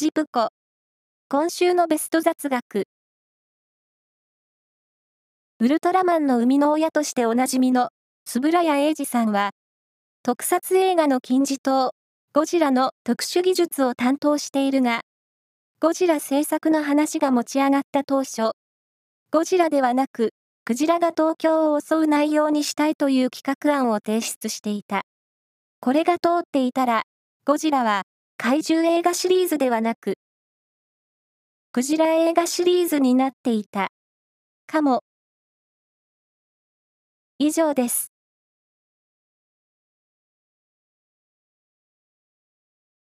ジプコ。今週のベスト雑学。ウルトラマンの生みの親としておなじみの円谷英二さんは、特撮映画の金字塔、ゴジラの特殊技術を担当しているが、ゴジラ制作の話が持ち上がった当初、ゴジラではなく、クジラが東京を襲う内容にしたいという企画案を提出していた。これが通っていたら、ゴジラは怪獣映画シリーズではなく、クジラ映画シリーズになっていた。かも。以上です。